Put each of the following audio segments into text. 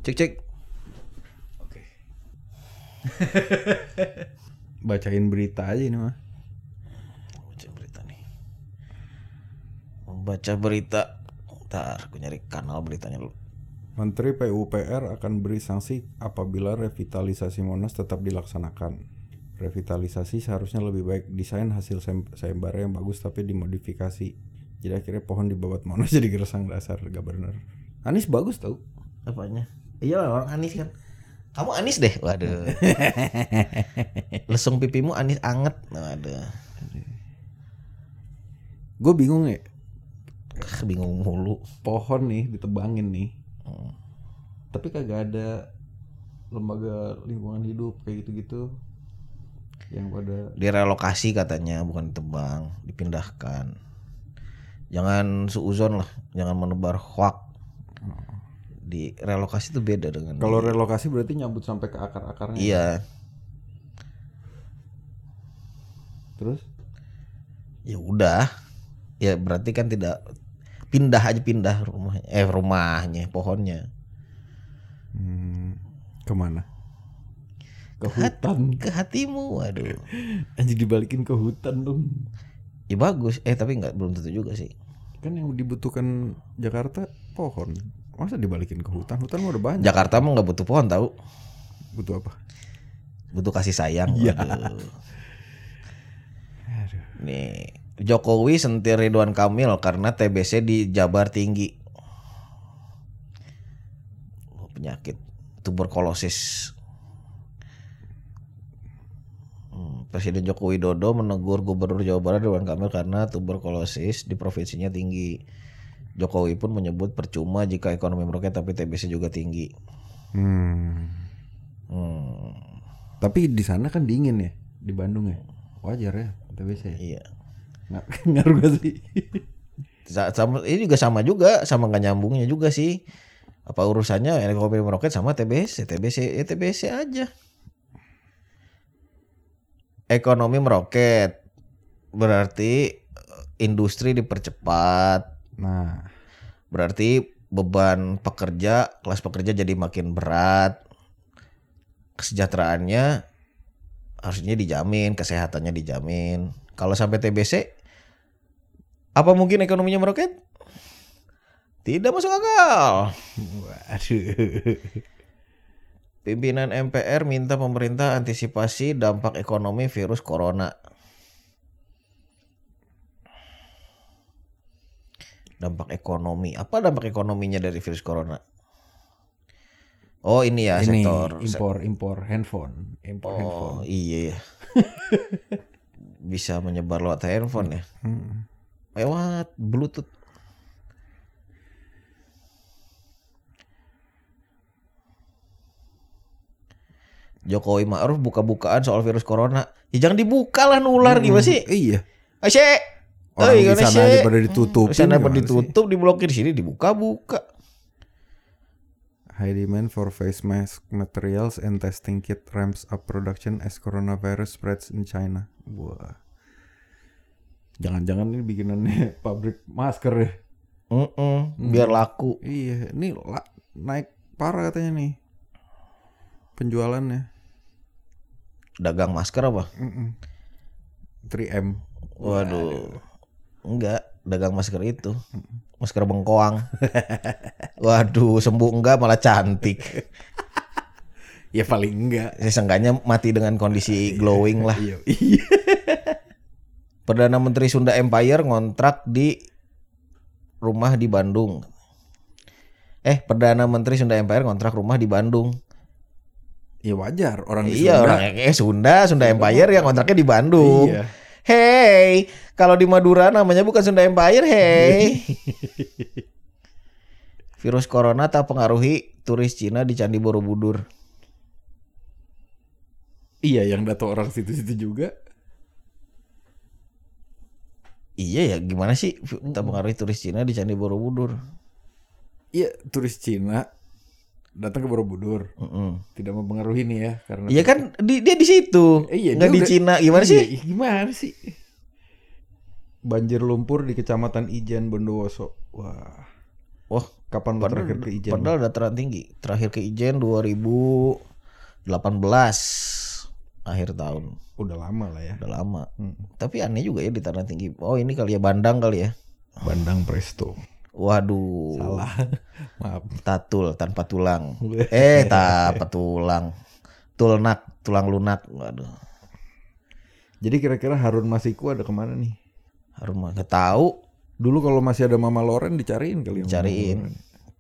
Cek. Oke. Bacain berita aja ini mah. Baca berita nih. Membaca berita. Ntar gue nyari kanal beritanya dulu. Menteri PUPR akan beri sanksi apabila revitalisasi Monas tetap dilaksanakan. Revitalisasi seharusnya lebih baik desain hasil sayembara yang bagus tapi dimodifikasi. Jadi akhirnya pohon dibabat Monas jadi gersang dasar, gak bener. Anies bagus tau. Apanya? Iya orang Anies kan. Kamu Anies deh. Waduh. Lesung pipimu Anies anget. Waduh. Gue bingung ya. Bingung mulu. Pohon nih ditebangin nih. Tapi kagak ada lembaga lingkungan hidup kayak gitu-gitu yang pada direlokasi katanya, bukan ditebang, dipindahkan. Jangan suuzon lah, jangan menebar hoax. Di relokasi itu beda dengan kalau relokasi berarti nyambut sampai ke akar-akarnya. Iya. Terus? Ya udah. Ya berarti kan tidak pindah rumahnya, pohonnya. Kemana? Ke hutan. Ke hatimu, waduh. Anjing dibalikin ke hutan dong. Ya bagus, tapi belum tentu juga sih. Kan yang dibutuhkan Jakarta pohon. Masa dibalikin ke hutan? Hutan mah udah banyak. Jakarta mah nggak butuh pohon tahu. Butuh apa? Butuh kasih sayang. Iya. Aduh. Nih, Jokowi sentir Ridwan Kamil karena TBC di Jabar tinggi. Penyakit tuberkulosis. Presiden Joko Widodo menegur Gubernur Jawa Barat Ridwan Kamil karena tuberkulosis di provinsinya tinggi. Jokowi pun menyebut percuma jika ekonomi meroket tapi TBC juga tinggi. Tapi di sana kan dingin ya, di Bandung ya. Wajar ya TBC. Iya. Ngaruh gak sih? Ini juga sama gak nyambungnya juga sih. Apa urusannya ekonomi meroket sama TBC? TBC aja. Ekonomi meroket berarti industri dipercepat. Nah, berarti beban kelas pekerja jadi makin berat. Kesejahteraannya harusnya dijamin, kesehatannya dijamin. Kalau sampai TBC, apa mungkin ekonominya meroket? Tidak masuk akal. Waduh. Pimpinan MPR minta pemerintah antisipasi dampak ekonomi virus corona. Dampak ekonomi. Apa dampak ekonominya dari virus corona? Oh ini ya sektor impor handphone. Handphone. Iya ya. Bisa menyebar lewat handphone ya. Lewat Bluetooth. Jokowi Ma'ruf buka-bukaan soal virus corona. Ya jangan dibuka lah, nular gimana sih? Iya. Asyik. Orang di sana aja pada ditutup. Di sana pada ditutup, diblokir, di sini dibuka-buka. High demand for face mask materials and testing kit ramps up production as coronavirus spreads in China. Wah. Jangan-jangan ini bikinannya pabrik masker ya. Biar laku. Iya, ini naik parah katanya nih penjualannya. Dagang masker apa? 3M. Waduh. Enggak, dagang masker itu. Masker bengkoang. Waduh, sembuh enggak malah cantik. Ya paling enggak. Seenggaknya mati dengan kondisi glowing lah. Iya. Perdana Menteri Sunda Empire ngontrak di rumah di Bandung. Perdana Menteri Sunda Empire ngontrak rumah di Bandung. Ya wajar orang di Iya, Sunda. Sunda Empire yang kontraknya di Bandung. Iya. Hey, kalau di Madura namanya bukan Sunda Empire, hey. Virus corona tak pengaruhi turis Cina di Candi Borobudur. Iya, yang dato orang situ-situ juga. Iya ya, gimana sih tak pengaruhi turis Cina di Candi Borobudur? Iya, turis Cina datang ke Borobudur. Tidak mempengaruhi nih ya karena iya kan dia di situ. Iya, nggak di Cina. Gimana sih? Gimana sih? Banjir lumpur di Kecamatan Ijen Bondowoso. Wah. Wah, Kapan lu terakhir ke Ijen? padahal dataran tinggi. Terakhir ke Ijen 2018 akhir tahun. Udah lama lah ya. Udah lama. Tapi aneh juga ya di dataran tinggi. Oh ini kali ya Bandang kali ya. Bandang Presto. Waduh. Salah. Maaf. Tatul tanpa tulang. Tanpa tulang. Tulang lunak. Waduh. Jadi kira-kira Harun Masiku ada kemana nih? Harun mah nggak tahu. Dulu kalau masih ada Mama Loren dicariin kali ya. Cariin.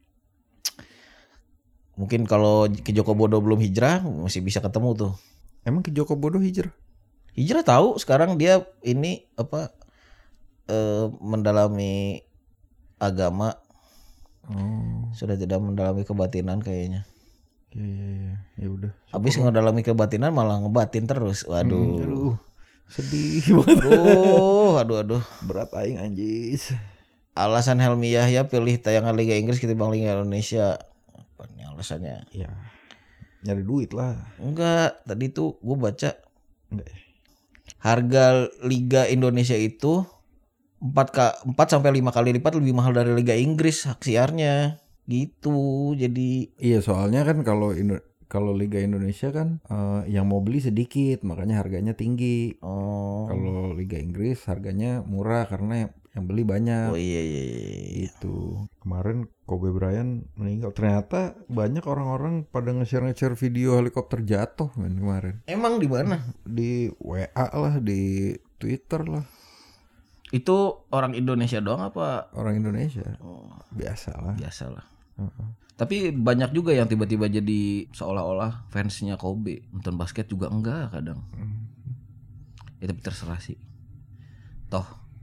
Mungkin kalau ke Joko Bodo belum hijrah masih bisa ketemu tuh. Emang ke Joko Bodo hijrah? Hijrah tahu sekarang dia ini apa mendalami agama. Oh. Sudah tidak mendalami kebatinan kayaknya. Ya udah. Habis ngedalami kebatinan malah ngebatin terus. Waduh. Aduh. Sedih banget. Aduh. Berat aing anjis. Alasan Helmi Yahya pilih tayangan Liga Inggris ketimbang Liga Indonesia. Apa nih alasannya? Ya. Nyari duit lah. Enggak, tadi tuh gue baca Enggak. harga Liga Indonesia itu 4 sampai 5 kali lipat lebih mahal dari Liga Inggris hak siarnya. Gitu. Jadi Iya, soalnya kan kalau Liga Indonesia kan yang mau beli sedikit, makanya harganya tinggi. Kalau Liga Inggris harganya murah karena yang beli banyak. Oh iya. Itu kemarin Kobe Bryant meninggal. Ternyata banyak orang-orang pada nge-share video helikopter jatuh kan kemarin. Emang di mana? Di WA lah, di Twitter lah. Itu orang Indonesia doang apa? Orang Indonesia. Biasalah. Tapi banyak juga yang tiba-tiba jadi seolah-olah fansnya Kobe. Nonton basket juga enggak kadang. Ya tapi terserah sih. Toh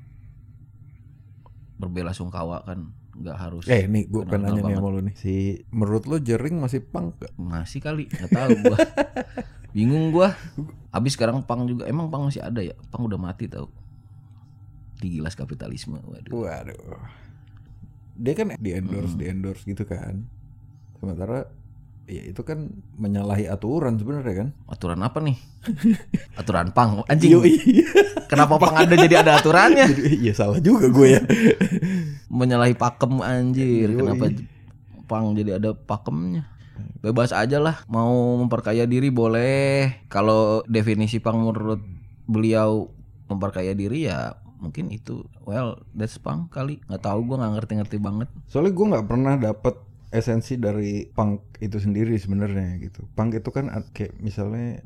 berbela sungkawa kan nggak harus. Nih gue pengen nanya nih sama lu nih. Menurut lu Jering masih punk gak? Masih kali, nggak tahu gua. Bingung gua. Habis sekarang punk juga. Emang punk masih ada ya? Punk udah mati tau. Digilas kapitalisme. Waduh. Dia kan di endorse gitu kan. Sementara ya itu kan menyalahi aturan sebenarnya kan. Aturan apa nih? Aturan pang anjing. Kenapa pang ada jadi ada aturannya? Iya salah juga gue ya. Menyalahi pakem anjir. Kenapa pang jadi ada pakemnya? Bebas aja lah. Mau memperkaya diri boleh. Kalau definisi pang menurut beliau memperkaya diri ya mungkin itu that's punk kali. Nggak tahu, gue nggak ngerti banget. Soalnya gue nggak pernah dapet esensi dari punk itu sendiri sebenarnya gitu. Punk itu kan kayak misalnya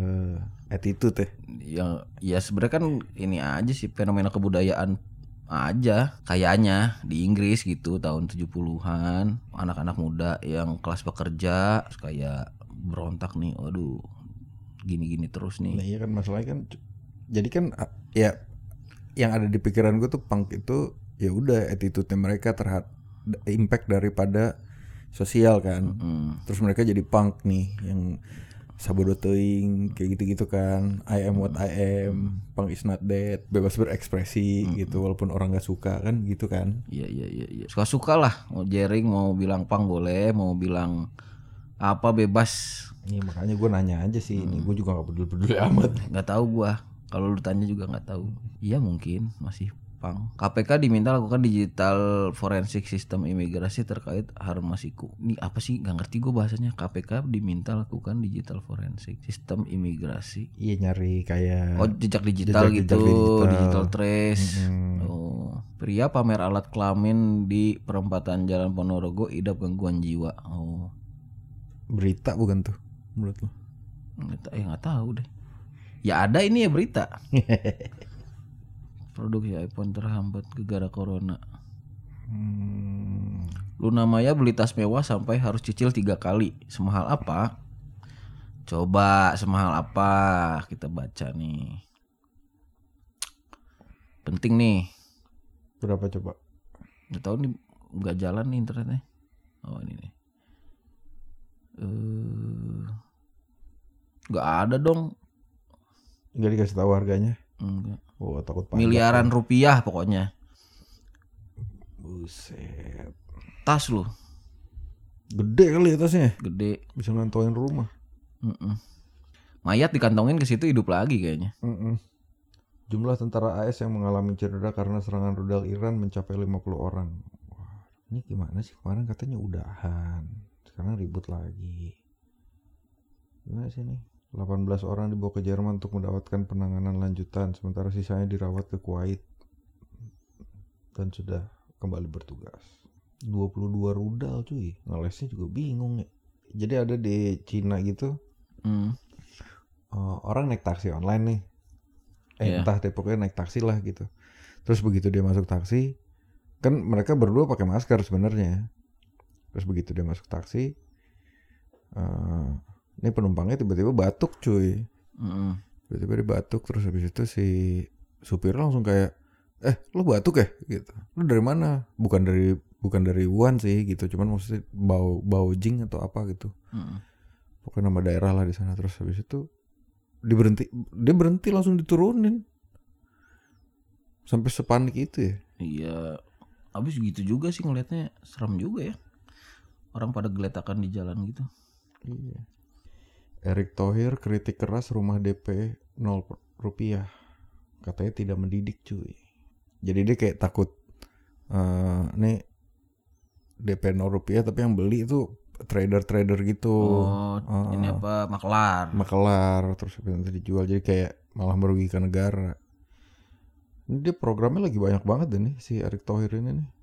attitude ya sebenarnya kan ini aja sih fenomena kebudayaan aja kayaknya di Inggris gitu tahun 70-an. Anak-anak muda yang kelas pekerja kayak berontak nih, waduh gini-gini terus nih. Nah iya kan masalahnya kan jadi kan ya yang ada di pikiran gue tuh punk itu ya udah attitude-nya mereka terhadap impact daripada sosial kan. Terus mereka jadi punk nih yang sabodo teuing kayak gitu-gitu kan. I am what I am, punk is not dead, bebas berekspresi gitu walaupun orang gak suka kan gitu kan. Iya. Suka-suka lah. Mau Jering mau bilang punk boleh, mau bilang apa bebas. Iya makanya gue nanya aja sih ini. Gue juga gak peduli amat. Gak tahu gue. Kalau lu tanya juga nggak tahu. Iya mungkin masih pang. KPK diminta lakukan digital forensik sistem imigrasi terkait Harun Masiku. Ini apa sih? Nggak ngerti gue bahasanya. KPK diminta lakukan digital forensik sistem imigrasi. Iya nyari kayak jejak digital gitu, digital trace. Pria pamer alat kelamin di perempatan Jalan Ponorogo idap gangguan jiwa. Berita bukan tuh menurut lu? Nggak tahu deh. Ya ada ini ya berita. Produksi iPhone terhambat gara-gara corona. Luna Maya beli tas mewah sampai harus cicil 3 kali. Semahal apa? Coba semahal apa? Kita baca nih. Penting nih. Berapa coba? Nggak tahu nih, nggak jalan nih internetnya. Oh ini nih. Nggak ada dong. Nggak dikasih tahu harganya? Enggak. Takut pajak. Miliaran rupiah pokoknya. Buset. Tas lu. Gede kali ya tasnya. Gede. Bisa ngantongin rumah. Mayat dikantongin ke situ hidup lagi kayaknya. Jumlah tentara AS yang mengalami cedera karena serangan rudal Iran mencapai 50 orang. Ini gimana sih, kemarin katanya udahan, sekarang ribut lagi. Gimana sih nih? 18 orang dibawa ke Jerman untuk mendapatkan penanganan lanjutan, sementara sisanya dirawat ke Kuwait dan sudah kembali bertugas. 22 rudal cuy, ngelesnya juga bingung ya. Jadi ada di Cina gitu, orang naik taksi online nih, entah deh pokoknya naik taksi lah gitu. Terus begitu dia masuk taksi, kan mereka berdua pakai masker sebenarnya. Terus begitu dia masuk taksi, ini penumpangnya tiba-tiba batuk cuy. Tiba-tiba dia batuk, terus habis itu si supir langsung kayak, lu batuk ya gitu. Lu dari mana? Bukan dari Wuhan sih gitu, cuman maksudnya bau jing atau apa gitu. Pokoknya nama daerah lah di sana. Terus habis itu dia berhenti langsung diturunin. Sampai sepanik itu ya. Iya. Habis gitu juga sih ngelihatnya, serem juga ya. Orang pada geletakan di jalan gitu. Iya. Erick Thohir kritik keras rumah DP 0 rupiah. Katanya tidak mendidik cuy. Jadi dia kayak takut nih DP 0 rupiah tapi yang beli itu trader gitu. Ini apa, maklar terus nanti dijual, jadi kayak malah merugikan negara. Ini dia programnya lagi banyak banget deh nih si Erick Thohir ini nih.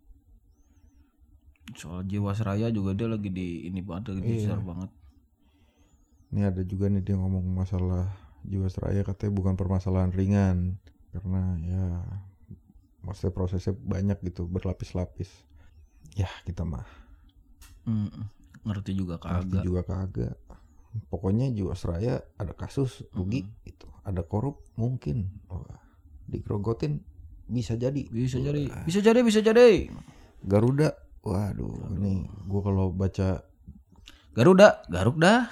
Soal Jiwasraya juga dia lagi di ini banget, besar banget. Ini ada juga nih dia ngomong masalah Jiwasraya, katanya bukan permasalahan ringan karena ya maksudnya prosesnya banyak gitu, berlapis-lapis. Ya kita mah ngerti juga kagak. Pokoknya Jiwasraya ada kasus rugi itu, ada korup mungkin. Digrogotin bisa jadi. Garuda, waduh, ini gue kalau baca Garuda, garuk dah.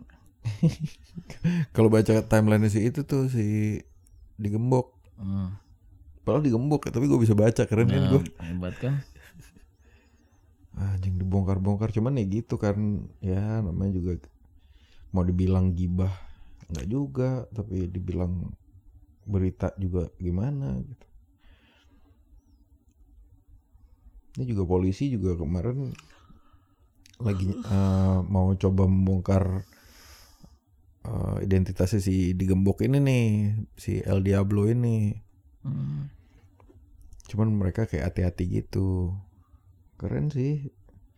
Kalau baca timeline si itu tuh si digembok. Padahal digembok ya, tapi gue bisa baca, keren kan gue. Hebat kan? Anjing dibongkar-bongkar, cuman ya gitu kan, ya namanya juga mau dibilang gibah enggak juga, tapi dibilang berita juga gimana gitu. Ini juga polisi juga kemarin lagi mau coba membongkar identitasnya si digembok ini nih, si El Diablo ini. Cuman mereka kayak hati-hati gitu. Keren sih.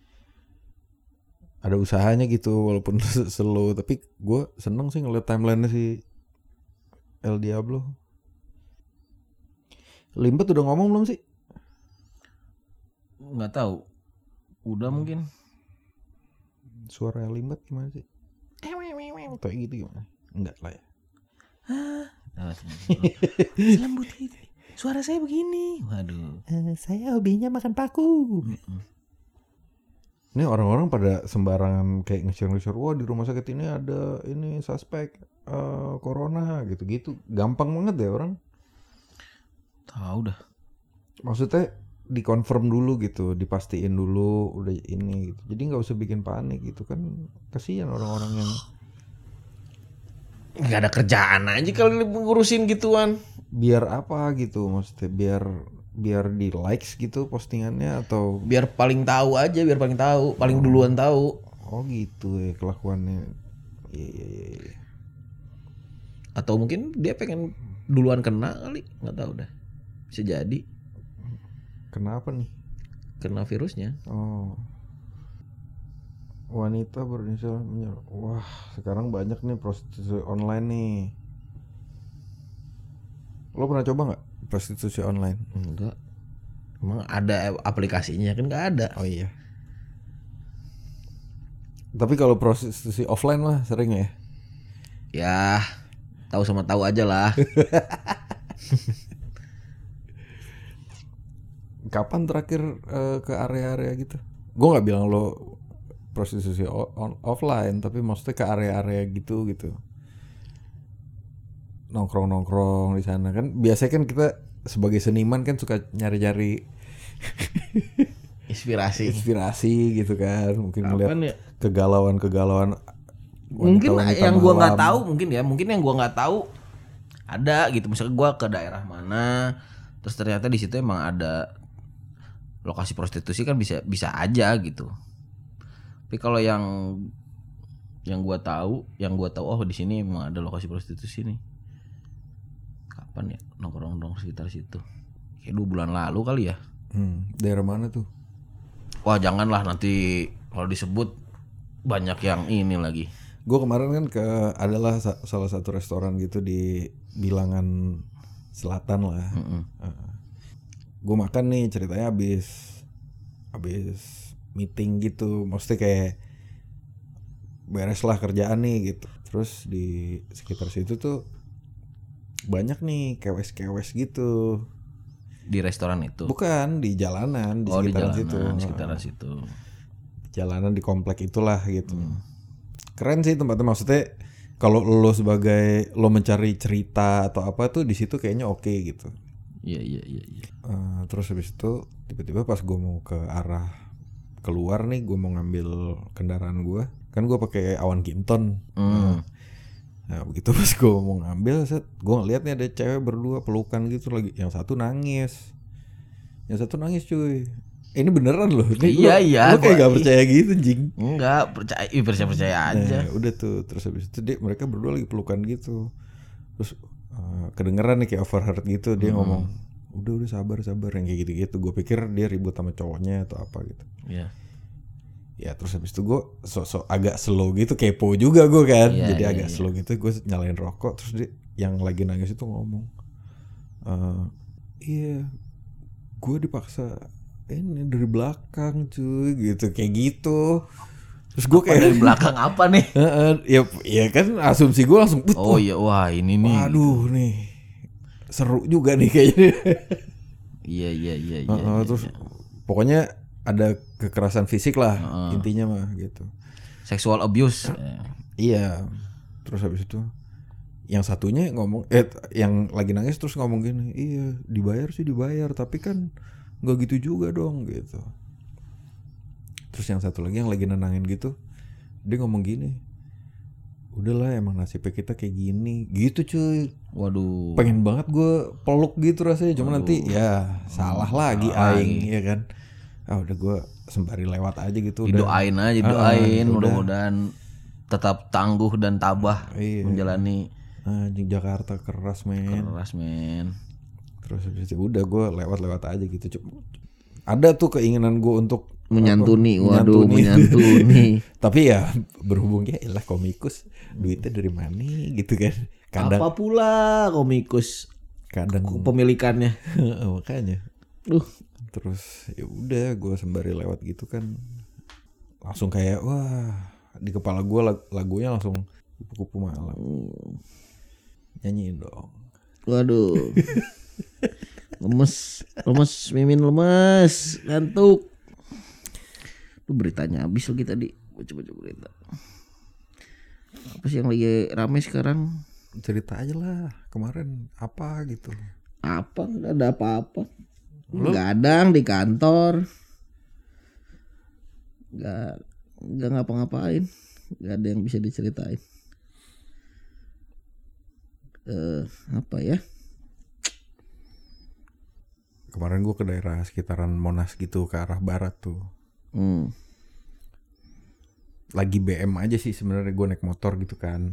Ada usahanya gitu walaupun slow, tapi gue seneng sih ngeliat timeline si El Diablo. Limbet udah ngomong belum sih? Nggak tahu. Udah mungkin. Suara Limbet gimana sih? Kayak gitu gimana? Enggak lah ya. Selembut itu. Suara saya begini. Waduh. Saya hobinya makan paku. Ini orang-orang pada sembarangan kayak nge-share, wah di rumah sakit ini ada ini suspek corona gitu-gitu. Gampang banget deh orang. Tahu dah. Maksudnya dikonfirm dulu gitu, dipastiin dulu udah ini gitu. Jadi nggak usah bikin panik gitu kan. Kasihan orang-orang yang nggak ada kerjaan aja kalau ngurusin gituan. Biar apa gitu, maksudnya biar di likes gitu postingannya, atau biar paling tahu aja, paling duluan tahu. Oh gitu ya kelakuannya. Iya. Atau mungkin dia pengen duluan kena kali, nggak tahu dah. Bisa jadi. Kenapa nih? Kena virusnya. Oh. Wanita berinisial menyerah. Wah, sekarang banyak nih prostitusi online nih. Lo pernah coba nggak prostitusi online? Enggak. Emang ada aplikasinya kan? Nggak ada. Oh iya. Tapi kalau prostitusi offline mah sering ya? Ya, tahu sama tahu aja lah. Kapan terakhir ke area-area gitu? Gue nggak bilang lo prostitusi offline, tapi maksudnya ke area-area gitu. Nongkrong di sana kan. Biasanya kan kita sebagai seniman kan suka nyari-nyari inspirasi gitu kan. Mungkin melihat kegalauan mungkin yang gua nggak tahu, mungkin yang gua nggak tahu ada gitu. Misalnya gua ke daerah mana, terus ternyata di situ emang ada lokasi prostitusi kan bisa aja gitu. Tapi kalau yang gua tahu oh di sini emang ada lokasi prostitusi nih. Kapan ya nongkrong sekitar situ? Kayak 2 bulan lalu kali ya. Daerah mana tuh? Wah janganlah, nanti kalau disebut banyak yang ini lagi. Gue kemarin kan adalah salah satu restoran gitu di Bilangan Selatan lah. Gue makan nih, ceritanya abis meeting gitu, maksudnya kayak beres lah kerjaan nih gitu. Terus di sekitar situ tuh banyak nih kewes gitu. Di restoran itu? Bukan, di jalanan, di sekitaran situ. Jalanan di komplek itulah gitu. Keren sih tempatnya, maksudnya kalau lo mencari cerita atau apa tuh di situ kayaknya oke gitu. Iya. Terus habis itu tiba-tiba pas gue mau ke arah keluar nih, gue mau ngambil kendaraan gue, kan gue pakai Awan Kinton. Nah begitu pas gue mau ngambil, gue ngeliat nih ada cewek berdua pelukan gitu lagi. Yang satu nangis cuy. Ini beneran loh. Iya. Lo kayak gak percaya gitu Jing. Enggak, percaya aja. Nah, udah tuh, terus habis itu mereka berdua lagi pelukan gitu. Terus kedengeran nih kayak overheard gitu, dia ngomong, udah sabar yang kayak gitu-gitu. Gue pikir dia ribut sama cowoknya atau apa gitu. Iya. Ya terus habis itu gue agak slow gitu, kepo juga gue kan. Jadi agak slow gitu, gue nyalain rokok. Terus dia yang lagi nangis itu ngomong, iya gue dipaksa ini dari belakang cuy gitu, kayak gitu. Terus gue kayak dari belakang apa nih? Ya kan asumsi gue langsung iya, wah ini nih. Waduh nih seru juga nih kayaknya. Iya. Terus pokoknya ada kekerasan fisik lah intinya mah gitu. Sexual abuse. Iya. Terus habis itu yang satunya ngomong, yang lagi nangis terus ngomong gini, iya dibayar tapi kan nggak gitu juga dong gitu. Terus yang satu lagi yang lagi nenangin gitu, dia ngomong gini, udahlah emang nasibnya kita kayak gini gitu cuy. Waduh. Pengen banget gue peluk gitu rasanya, cuma nanti ya salah lagi aing ya kan. Udah gue sembari lewat aja gitu. Didoain aja, mudah-mudahan tetap tangguh dan tabah menjalani. Jakarta keras men. Terus habis itu udah gue lewat aja gitu. Ada tuh keinginan gue untuk menyantuni. Tapi ya berhubung ya ilah komikus, duitnya dari mana gitu kan. Kadang apa pula komikus pemilikannya. Makanya. Terus ya udah gue sembari lewat gitu kan, langsung kayak wah di kepala gue lagunya langsung kupu-kupu malam. Nyanyiin dong. Waduh. lemes Mimin lemes, ngantuk. Tuh beritanya habis lagi tadi. Coba berita. Apa sih yang lagi rame sekarang? Cerita aja lah kemarin apa gitu. Apa? Nggak ada apa-apa. Gadang di kantor, nggak ngapa-ngapain, nggak ada yang bisa diceritain. Apa ya? Kemarin gue ke daerah sekitaran Monas gitu, ke arah barat tuh. Lagi BM aja sih sebenarnya, gue naik motor gitu kan.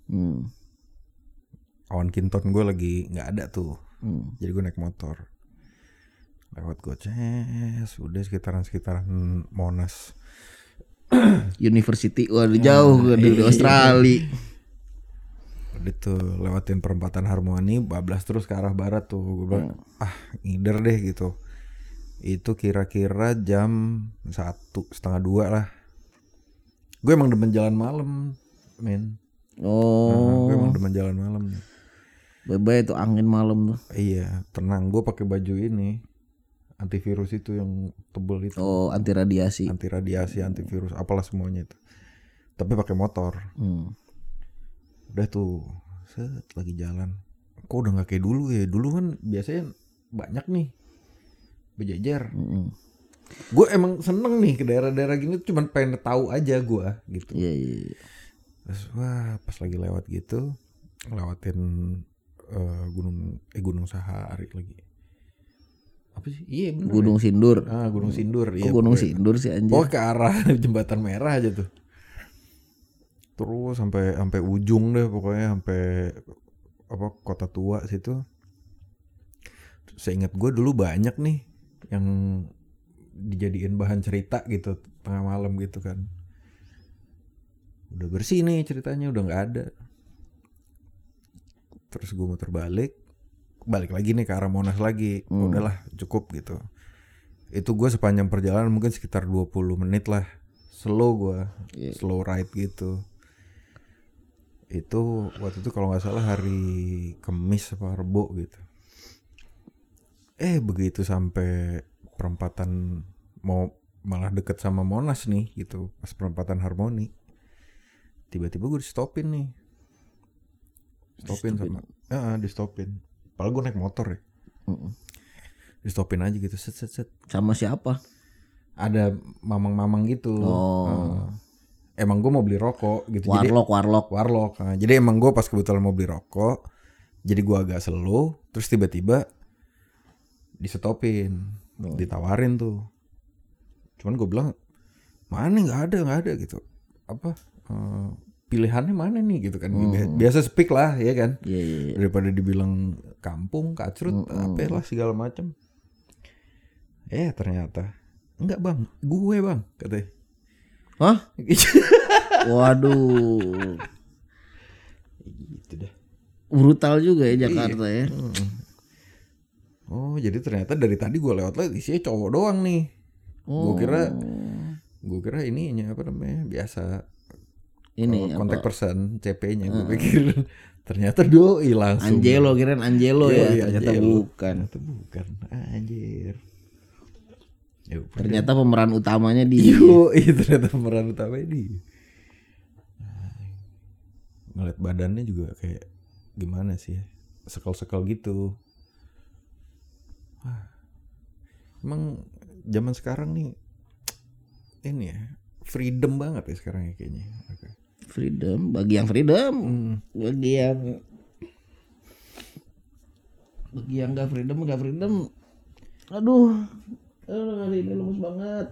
Awan Kinton gue lagi nggak ada tuh, jadi gue naik motor. Lewat Goces, udah sekitaran Monas University, waduh jauh di Australia. Udah tuh lewatin perempatan Harmoni, bablas terus ke arah barat tuh. Gue bilang ngider deh gitu. Itu kira-kira jam 1:30 lah. Gue emang demen jalan malam, men. Gue emang demen jalan malam. Bye-bye itu angin malam tuh. Iya, tenang. Gue pakai baju ini antivirus itu yang tebel itu. Anti radiasi, antivirus, apalah semuanya itu. Tapi pakai motor. Udah tuh, lagi jalan. Kok udah nggak kayak dulu ya? Dulu kan biasanya banyak nih berjejer. Gue emang seneng nih ke daerah-daerah gini, cuman pengen tahu aja gue gitu. Iya. Terus pas lagi lewat gitu, lewatin Gunung Sahari lagi. apa sih? Iya bener. Gunung Sindur. Gunung Sindur. Iya. Gunung Sindur sih anjir. Pokoknya ke arah Jembatan Merah aja tuh. Terus sampai ujung deh pokoknya sampai apa Kota Tua situ. Seingat gue dulu banyak nih yang dijadiin bahan cerita gitu tengah malam gitu kan. Udah bersih nih ceritanya, udah nggak ada. Terus gue muter balik lagi nih ke arah Monas lagi. Udahlah cukup gitu. Itu gue sepanjang perjalanan mungkin sekitar 20 menit lah. Slow gue, slow ride gitu. Itu waktu itu kalau nggak salah hari Kamis apa Rebo gitu. Begitu sampai perempatan mau malah deket sama Monas nih gitu, pas perempatan Harmoni, tiba-tiba gue di stopin nih. Di stopin. Padahal gue naik motor ya. Di stopin aja gitu, set. Sama siapa? Ada mamang-mamang gitu. Emang gue mau beli rokok gitu. Warlock. Nah, jadi emang gue pas kebetulan mau beli rokok, jadi gue agak slow, terus tiba-tiba disetopin, ditawarin tuh. Cuman gue bilang, mana nggak ada gitu. Apa? Pilihannya mana nih gitu kan? Biasa speak lah ya kan. Yeah. Daripada dibilang kampung, kacrut, apa lah segala macam. Ternyata enggak bang, gue bang katanya. Hah? Waduh. Gitu deh. Brutal juga ya Jakarta ya. Oh jadi ternyata dari tadi gue lewat isinya cowok doang nih. Gue kira ininya apa namanya biasa. Ini kontak person CP-nya gue pikir. Ternyata doi langsung. Kirain Angelo ya. Ternyata bukan. Anjir. Ternyata pemeran utamanya dia. Ternyata pemeran utamanya dia. Ngeliat badannya juga kayak gimana sih? Sekel-sekel gitu. Emang zaman sekarang nih ini ya freedom banget ya sekarang ya kayaknya. Freedom bagi yang freedom, bagi yang nggak freedom. Aduh, hari ini lemes banget.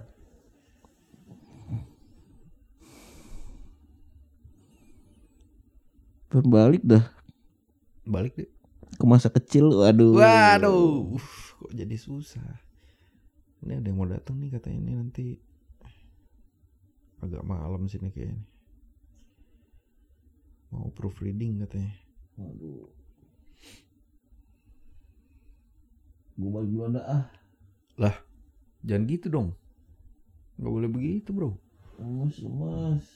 Berbalik dah. Balik deh. Ke masa kecil, waduh. Kok jadi susah. Ini ada yang mau datang nih katanya ini nanti agak malam sini kayaknya. Mau proofreading katanya. Waduh. Gue balik dulu dah. Lah, jangan gitu dong. Gak boleh begitu bro. Lemes.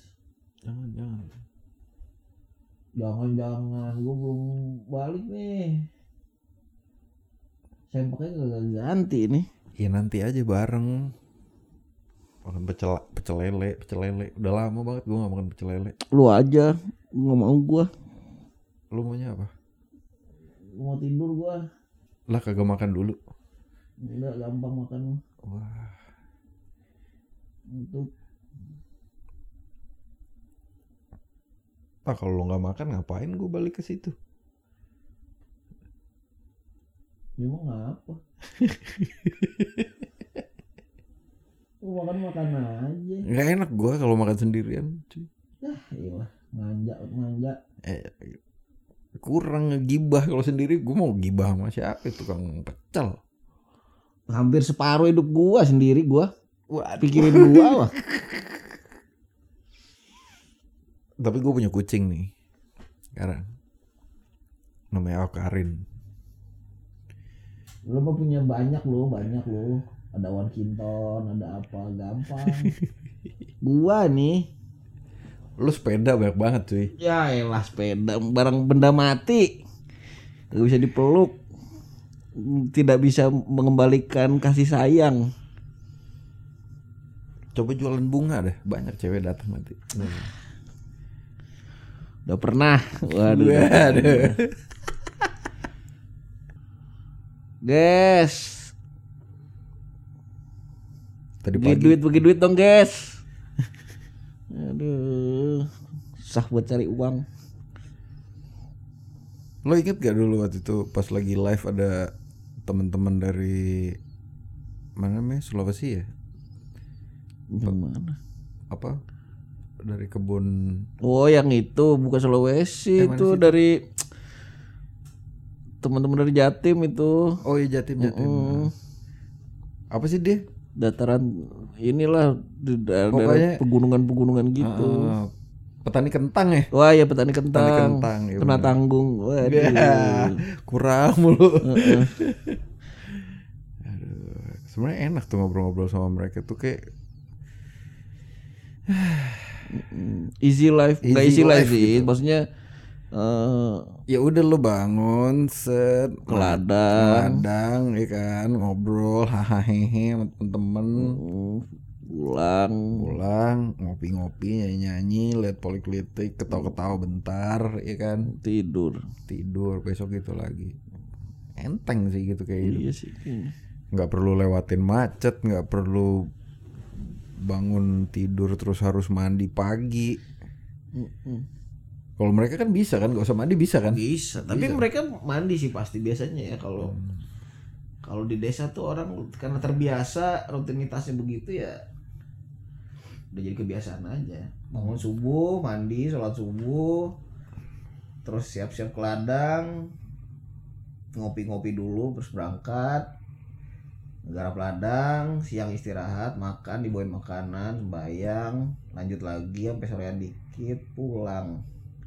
Jangan. Gue belum balik nih. Sempaknya gak ganti nih. Ya nanti aja bareng. Makan pecel lele. Udah lama banget gue gak makan pecel lele. Lu aja. Gak mau gue. Lu maunya apa? Mau tidur gue. Lah kagak makan dulu. Enggak gampang makan. Wah. Untuk kalau lo nggak makan ngapain gue balik ke situ? Emang ngapa? Makan aja. Nggak enak gue kalau makan sendirian. Iya manja. Kurang ngegibah kalau sendiri. Gue mau gibah sama siapa? Tukang pecel. Hampir separuh hidup gue sendiri gue. Pikirin gue lah. Tapi gue punya kucing nih sekarang. Namanya Okarin. Lo mah punya banyak lo. Ada Wankinton, ada apa, gampang. Gua nih. Lu sepeda banyak banget cuy. Ya elah sepeda, barang benda mati. Gak bisa dipeluk. Tidak bisa mengembalikan kasih sayang. Coba jualan bunga deh, banyak cewek datang nanti. Udah pernah. Waduh. Guys. Tadi pagi. Bagi duit dong, guys. Aduh. Susah buat cari uang. Lo inget gak dulu waktu itu pas lagi live ada teman-teman dari mana namanya Sulawesi ya? Gimana? Apa? Dari kebun. Oh, yang itu bukan Sulawesi, itu dari teman-teman dari Jatim itu. Oh iya Jatim. Apa sih dia? Dataran inilah daerah Pokoknya pegunungan-pegunungan gitu. Petani kentang ya? Wah ya petani kentang. Ya Kena tanggung. Waduh. Ya, kurang mulu. Aduh, sebenarnya enak tuh ngobrol-ngobrol sama mereka tuh kayak easy life, nggak easy life sih, gitu. maksudnya ya udah lo bangun set ke ladang ya kan, ngobrol hahaha sama temen-temen, pulang ngopi-ngopi nyanyi-nyanyi, lihat poliklinik, ketawa-ketawa bentar ya kan, tidur besok gitu lagi. Enteng sih gitu kayak gitu. Iya sih. Nggak perlu lewatin macet, nggak perlu bangun tidur terus harus mandi pagi. Kalau mereka kan bisa kan, nggak usah mandi bisa kan? Bisa, tapi mereka mandi sih pasti biasanya ya kalau kalau di desa tuh orang karena terbiasa rutinitasnya begitu ya udah jadi kebiasaan aja. Bangun subuh, mandi, sholat subuh, terus siap-siap ke ladang, ngopi-ngopi dulu, terus berangkat, garap ladang, siang istirahat, makan, dibawain makanan, sembayang, lanjut lagi sampai sorean dikit, pulang.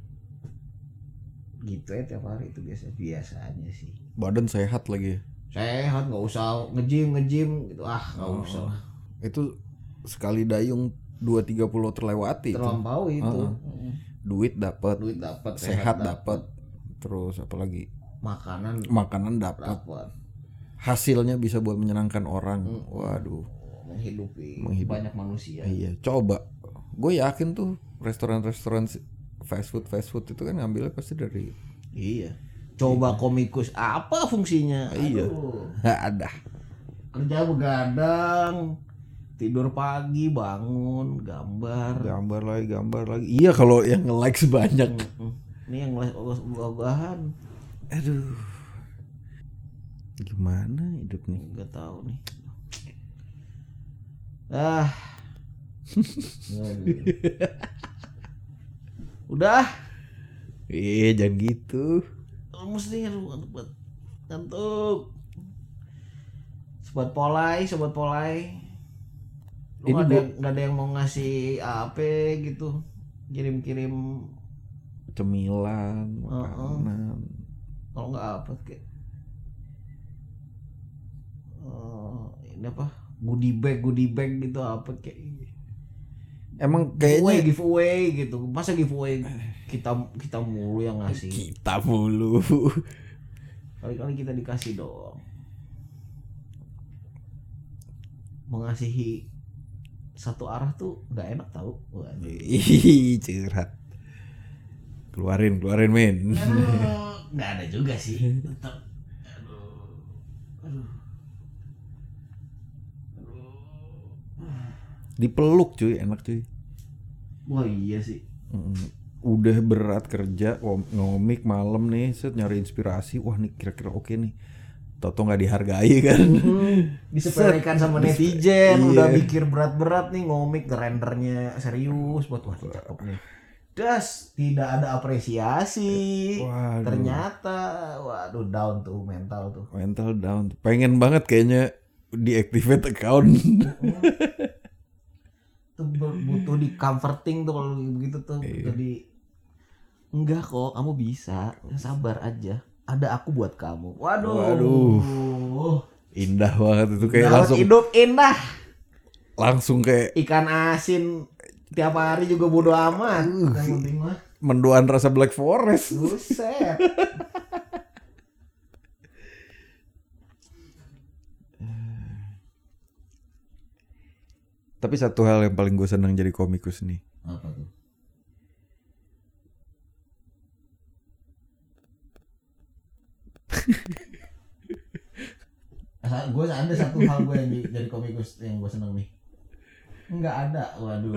Gitu ya tiap hari itu biasanya sih. Badan sehat lagi. Sehat, nggak usah ngejim gitu, nggak usah. Itu sekali dayung 2-3 pulau terlewati. Terlampaui itu. Duit dapat, sehat dapat, terus apalagi makanan dapat. Hasilnya bisa buat menyenangkan orang. Waduh, menghidupi banyak manusia. Iya, coba. Gue yakin tuh restoran-restoran fast food itu kan ngambilnya pasti dari. Iya. Coba komikus apa fungsinya? Iya. Ada. Kerja begadang, tidur pagi, bangun, gambar lagi. Iya, kalau yang nge-like sebanyak. Ini yang like ogah-ogahan. Aduh. Gimana hidup nih? Nggak tahu nih. Udah. Jangan gitu. Mesti ngantuk. Sobat polai. Lu nggak ada yang mau ngasih apa gitu, kirim cemilan, makanan. Kalau nggak apa kayak ini apa goodie bag gitu apa kayak. Emang kayaknya giveaway gitu. Masa giveaway kita mulu yang ngasih. Kita mulu. Kali-kali kita dikasih dong. Mengasihi satu arah tuh nggak enak tahu. Curhat. Keluarin men. Nggak ada juga sih. Tetap. Aduh. Dipeluk cuy, enak cuy. Wah iya sih. Udah berat kerja, ngomik malam nih, set nyari inspirasi. Wah nih kira-kira oke nih. Toto nggak dihargai kan? Disepelekan sama netizen. Udah mikir berat-berat nih ngomik, rendernya serius buat wah cakep nih. Das tidak ada apresiasi. Waduh. Ternyata waduh down tuh mental down. Pengen banget kayaknya deactivate account. Butuh di comforting tuh kalau begitu tuh. Jadi enggak kok, kamu bisa, sabar aja, ada aku buat kamu. Waduh. Indah banget itu, kayak langsung hidup indah, langsung kayak ikan asin tiap hari juga bodo amat. Yang penting mah mendoan rasa Black Forest. Buset. Tapi satu hal yang paling gue senang jadi komikus nih. Apa tuh? Gue ada satu hal gue yang jadi komikus yang gue seneng nih. Enggak ada, waduh.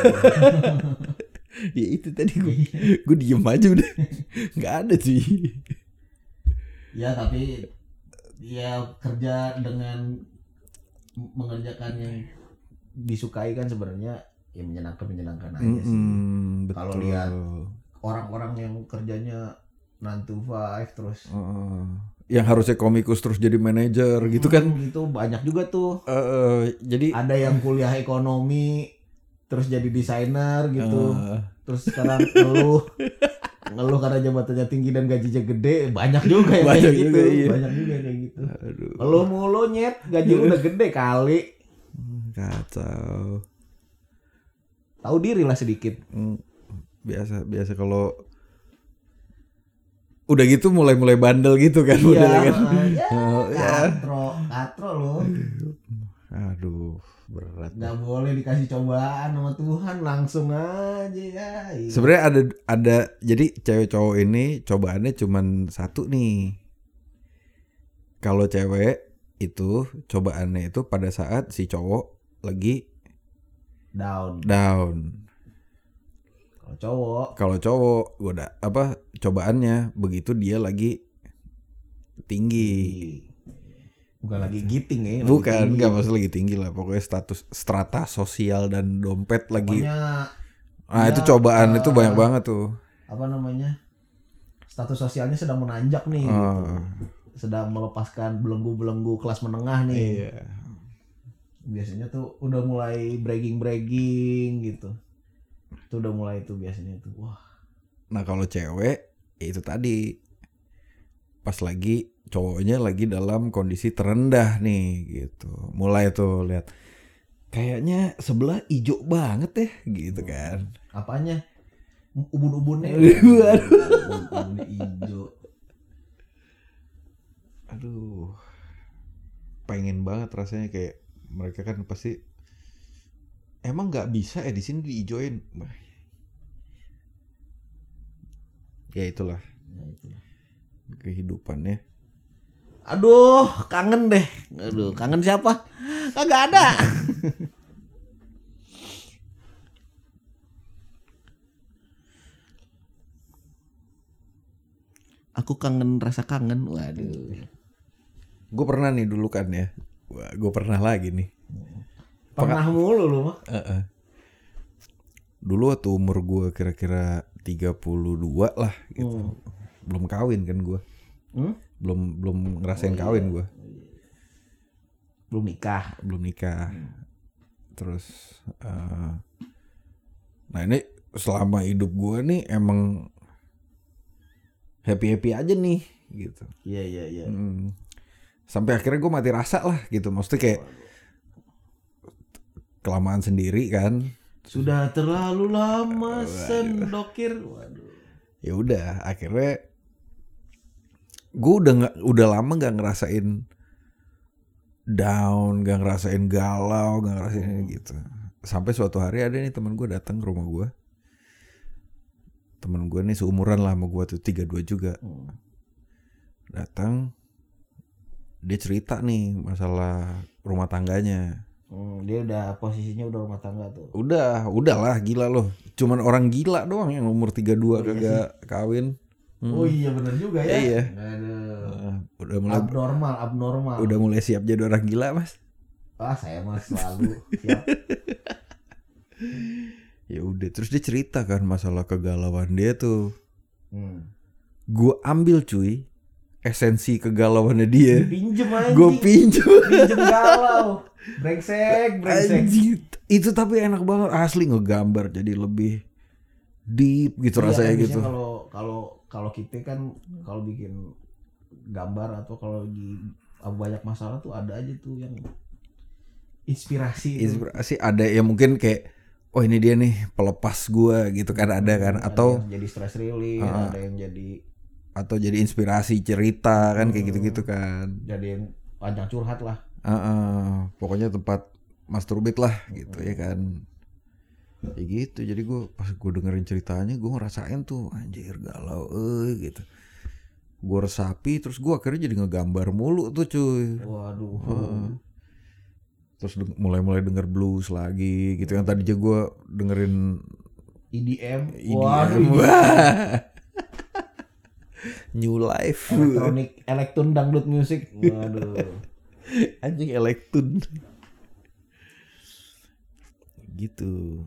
Ya itu tadi gue diem aja udah. Nggak ada sih. Ya tapi ya kerja dengan mengerjakan yang disukai kan sebenarnya ya menyenangkan aja sih. Kalau lihat orang-orang yang kerjanya 9 to 5 terus yang harusnya komikus terus jadi manajer gitu kan. Gitu banyak juga tuh. Jadi ada yang kuliah ekonomi terus jadi desainer gitu. Terus sekarang ngeluh karena jabatannya tinggi dan gajinya gede. Banyak juga yang kayak gitu. Iya. Banyak juga yang kayak gitu. Ngeluh mulu nyet, gaji lu udah gede kali. Kacau. Tahu diri lah sedikit. Biasa kalau udah gitu mulai bandel gitu kan. Iya, kan? katro loh. Aduh, berat. Nggak boleh dikasih cobaan sama Tuhan, langsung aja ya. Sebenarnya ada jadi cewek cowok ini cobaannya cuman satu nih. Kalau cewek itu cobaannya itu pada saat si cowok lagi down. Kalau cowok udah cobaannya begitu dia lagi tinggi. Bukan lagi giting ya. Bukan, enggak maksud lagi tinggi lah. Pokoknya status strata sosial dan dompet lagi. Itu cobaan itu banyak banget tuh. Apa namanya? Status sosialnya sedang menanjak nih gitu. Sedang melepaskan belenggu-belenggu kelas menengah nih. Iya. Biasanya tuh udah mulai bragging gitu. Itu udah mulai tuh biasanya tuh. Wah. Nah, kalau cewek itu tadi pas lagi cowoknya lagi dalam kondisi terendah nih gitu. Mulai tuh lihat kayaknya sebelah hijau banget ya gitu kan. Apanya? Ubun-ubunnya. Ubun-ubunnya hijau. Aduh. Pengen banget rasanya kayak mereka kan pasti emang nggak bisa ya di sini diijoin. Ya itulah. Kehidupannya. Aduh, kangen deh. Aduh, kangen siapa? Kagak ada. Aku kangen rasa kangen. Waduh. Gue pernah nih dulu kan ya. Wah, gue pernah lagi nih. Pernah mulu lu mah. Dulu waktu umur gue kira-kira 32 lah gitu. Belum kawin kan gue. Belum ngerasain kawin gue. Belum nikah. Terus nah ini selama hidup gue nih emang happy aja nih gitu. Iya. Sampai akhirnya gue mati rasa lah gitu. Maksudnya kayak kelamaan sendiri kan. Sudah terlalu lama sendokir. Waduh. Ya udah, akhirnya gue udah lama nggak ngerasain down, nggak ngerasain galau, nggak ngerasain gitu. Sampai suatu hari ada nih teman gue datang ke rumah gue. Teman gue nih seumuran lah sama gue tuh 32 juga. Datang, dia cerita nih masalah rumah tangganya. Dia udah posisinya udah rumah tangga tuh. Udah lah gila loh. Cuman orang gila doang yang umur 32 kagak kawin. Oh iya benar juga ya. Iya. Udah mulai abnormal. Udah mulai siap jadi orang gila, Mas. Saya mah selalu siap. Ya udah, terus dia cerita kan masalah kegalauan dia tuh. Gue ambil cuy esensi kegalauannya dia. Pinjem aja. Gue pinjem galau. Brengsek. Itu tapi enak banget asli ngegambar jadi lebih deep gitu rasanya gitu. Kalau kita kan kalau bikin gambar atau kalau lagi banyak masalah tuh ada aja tuh yang inspirasi ada yang mungkin kayak oh ini dia nih pelepas gue gitu kan ada kan atau yang jadi stress relief ada yang jadi atau jadi inspirasi cerita kan kayak gitu-gitu kan jadi yang panjang curhat lah pokoknya tempat masturbate lah gitu ya kan ya gitu. Jadi gue pas gue dengerin ceritanya gue ngerasain tuh anjir galau gitu. Gue resapi terus gue akhirnya jadi ngegambar mulu tuh cuy. Waduh. Terus mulai denger blues lagi gitu yang tadinya gue dengerin EDM. Waduh. New Life. Elektron dangdut music. Waduh. Anjing elektron. Gitu.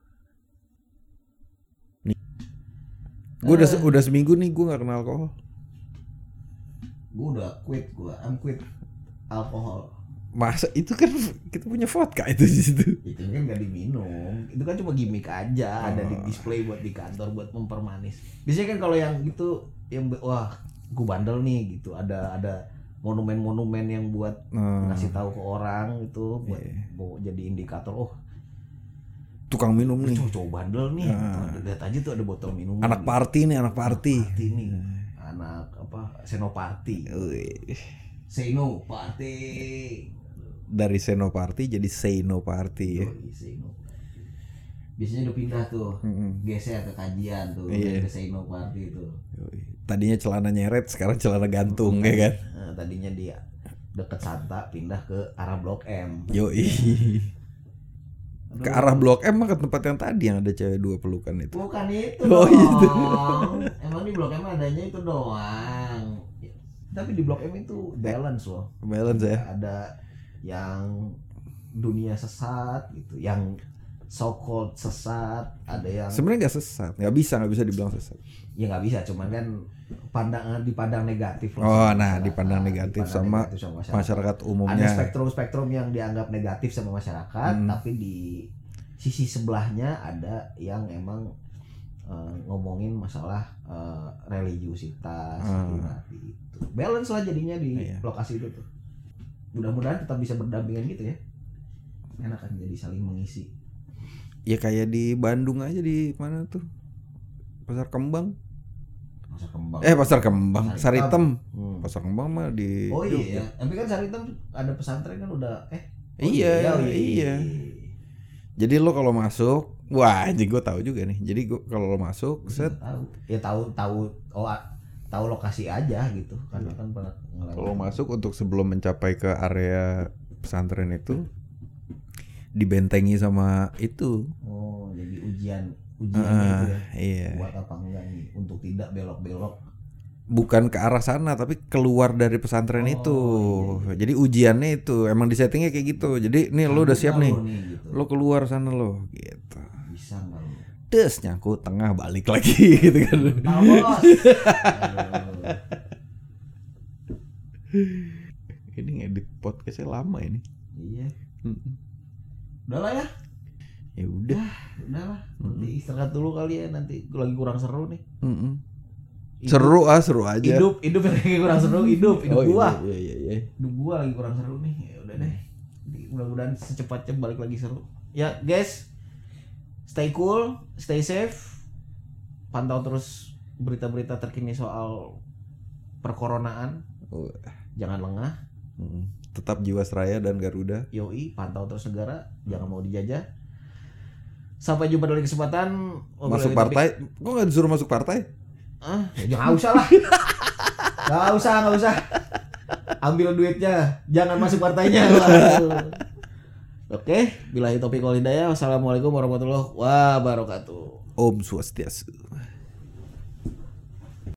Nih. Gue udah seminggu nih gue nggak kena alkohol. Gue udah I'm quit alkohol. Masa itu kan kita punya vodka itu di situ. Itu kan gak diminum, itu kan cuma gimmick aja, ada di display buat di kantor buat mempermanis. Biasanya kan kalau yang gitu, yang wah gue bandel nih gitu, ada monumen-monumen yang buat ngasih tahu ke orang itu, buat jadi indikator. Tukang minum nih. Cowok bandel nih. Lihat aja tuh ada botol minum. Anak party nih, anak party nih. Anak apa? Senoparty. Say no party. Dari Senoparty jadi Say No Party ya. Biasanya udah pindah tuh, geser ke kajian tuh, ke Say No Party itu. Tadinya celana nyeret, sekarang celana gantung ya kan. Tadinya dia deket Santa, pindah ke arah Blok M. Yoi. Ke arah Blok M mah ke tempat yang tadi yang ada cewek 2 pelukan itu. Bukan itu dong. Itu. Emang di Blok M adanya itu doang. Tapi di Blok M itu balance loh. Balance ya. Ada yang dunia sesat gitu, yang so called sesat, ada yang sebenarnya nggak sesat, nggak bisa dibilang sesat. Ya nggak bisa, cuman kan dipandang negatif. Dipandang negatif sama masyarakat umumnya. Ada spektrum yang dianggap negatif sama masyarakat, tapi di sisi sebelahnya ada yang emang ngomongin masalah religiusitas, itu. Balance lah jadinya di lokasi itu tuh. Mudah-mudahan tetap bisa berdampingan gitu ya. Enak kan jadi saling mengisi. Ya kayak di Bandung aja, di mana tuh? Pasar Kembang. Pasar Kembang. Saritem. Pasar Kembang mah di iya. Tapi kan Saritem ada pesantren kan udah Iya. Jadi lo kalau masuk, wah anjing gue tahu juga nih. Jadi gue kalau lo masuk, tahu lokasi aja gitu karena kan pernah ngalamin. Kalau masuk untuk sebelum mencapai ke area pesantren itu dibentengi sama itu. Jadi ujiannya itu ya. Iya. Buat apa enggak nih untuk tidak belok-belok. Bukan ke arah sana tapi keluar dari pesantren itu. Iya. Jadi ujiannya itu emang disettingnya kayak gitu. Jadi nih lo udah siap nih. Gitu. Lo keluar sana lo gitu. Bisa enggak lo? Des nyangkut tengah balik lagi gitu kan. Ini ngedit podcastnya lama ini. Iya. Udahlah ya. Ya udah. Udahlah. Nanti istirahat dulu kali ya, nanti lagi kurang seru nih. Seru aja. Hidup yang lagi kurang seru, hidup gua. Iya. Hidup gua lagi kurang seru nih. Ya udah deh. Mudah-mudahan secepatnya balik lagi seru. Ya, guys. Stay cool, stay safe. Pantau terus berita-berita terkini soal perkoronaan. Jangan lengah. Tetap Jiwasraya dan Garuda. Yoi, pantau terus negara, jangan mau dijajah. Sampai jumpa di kesempatan. Masuk partai? Kok nggak disuruh masuk partai? Ya nggak usah lah. Nggak usah. Ambil duitnya, jangan masuk partainya. Oke, billahi taufiq wal hidayah. Wassalamualaikum warahmatullahi wabarakatuh. Om Swastiastu.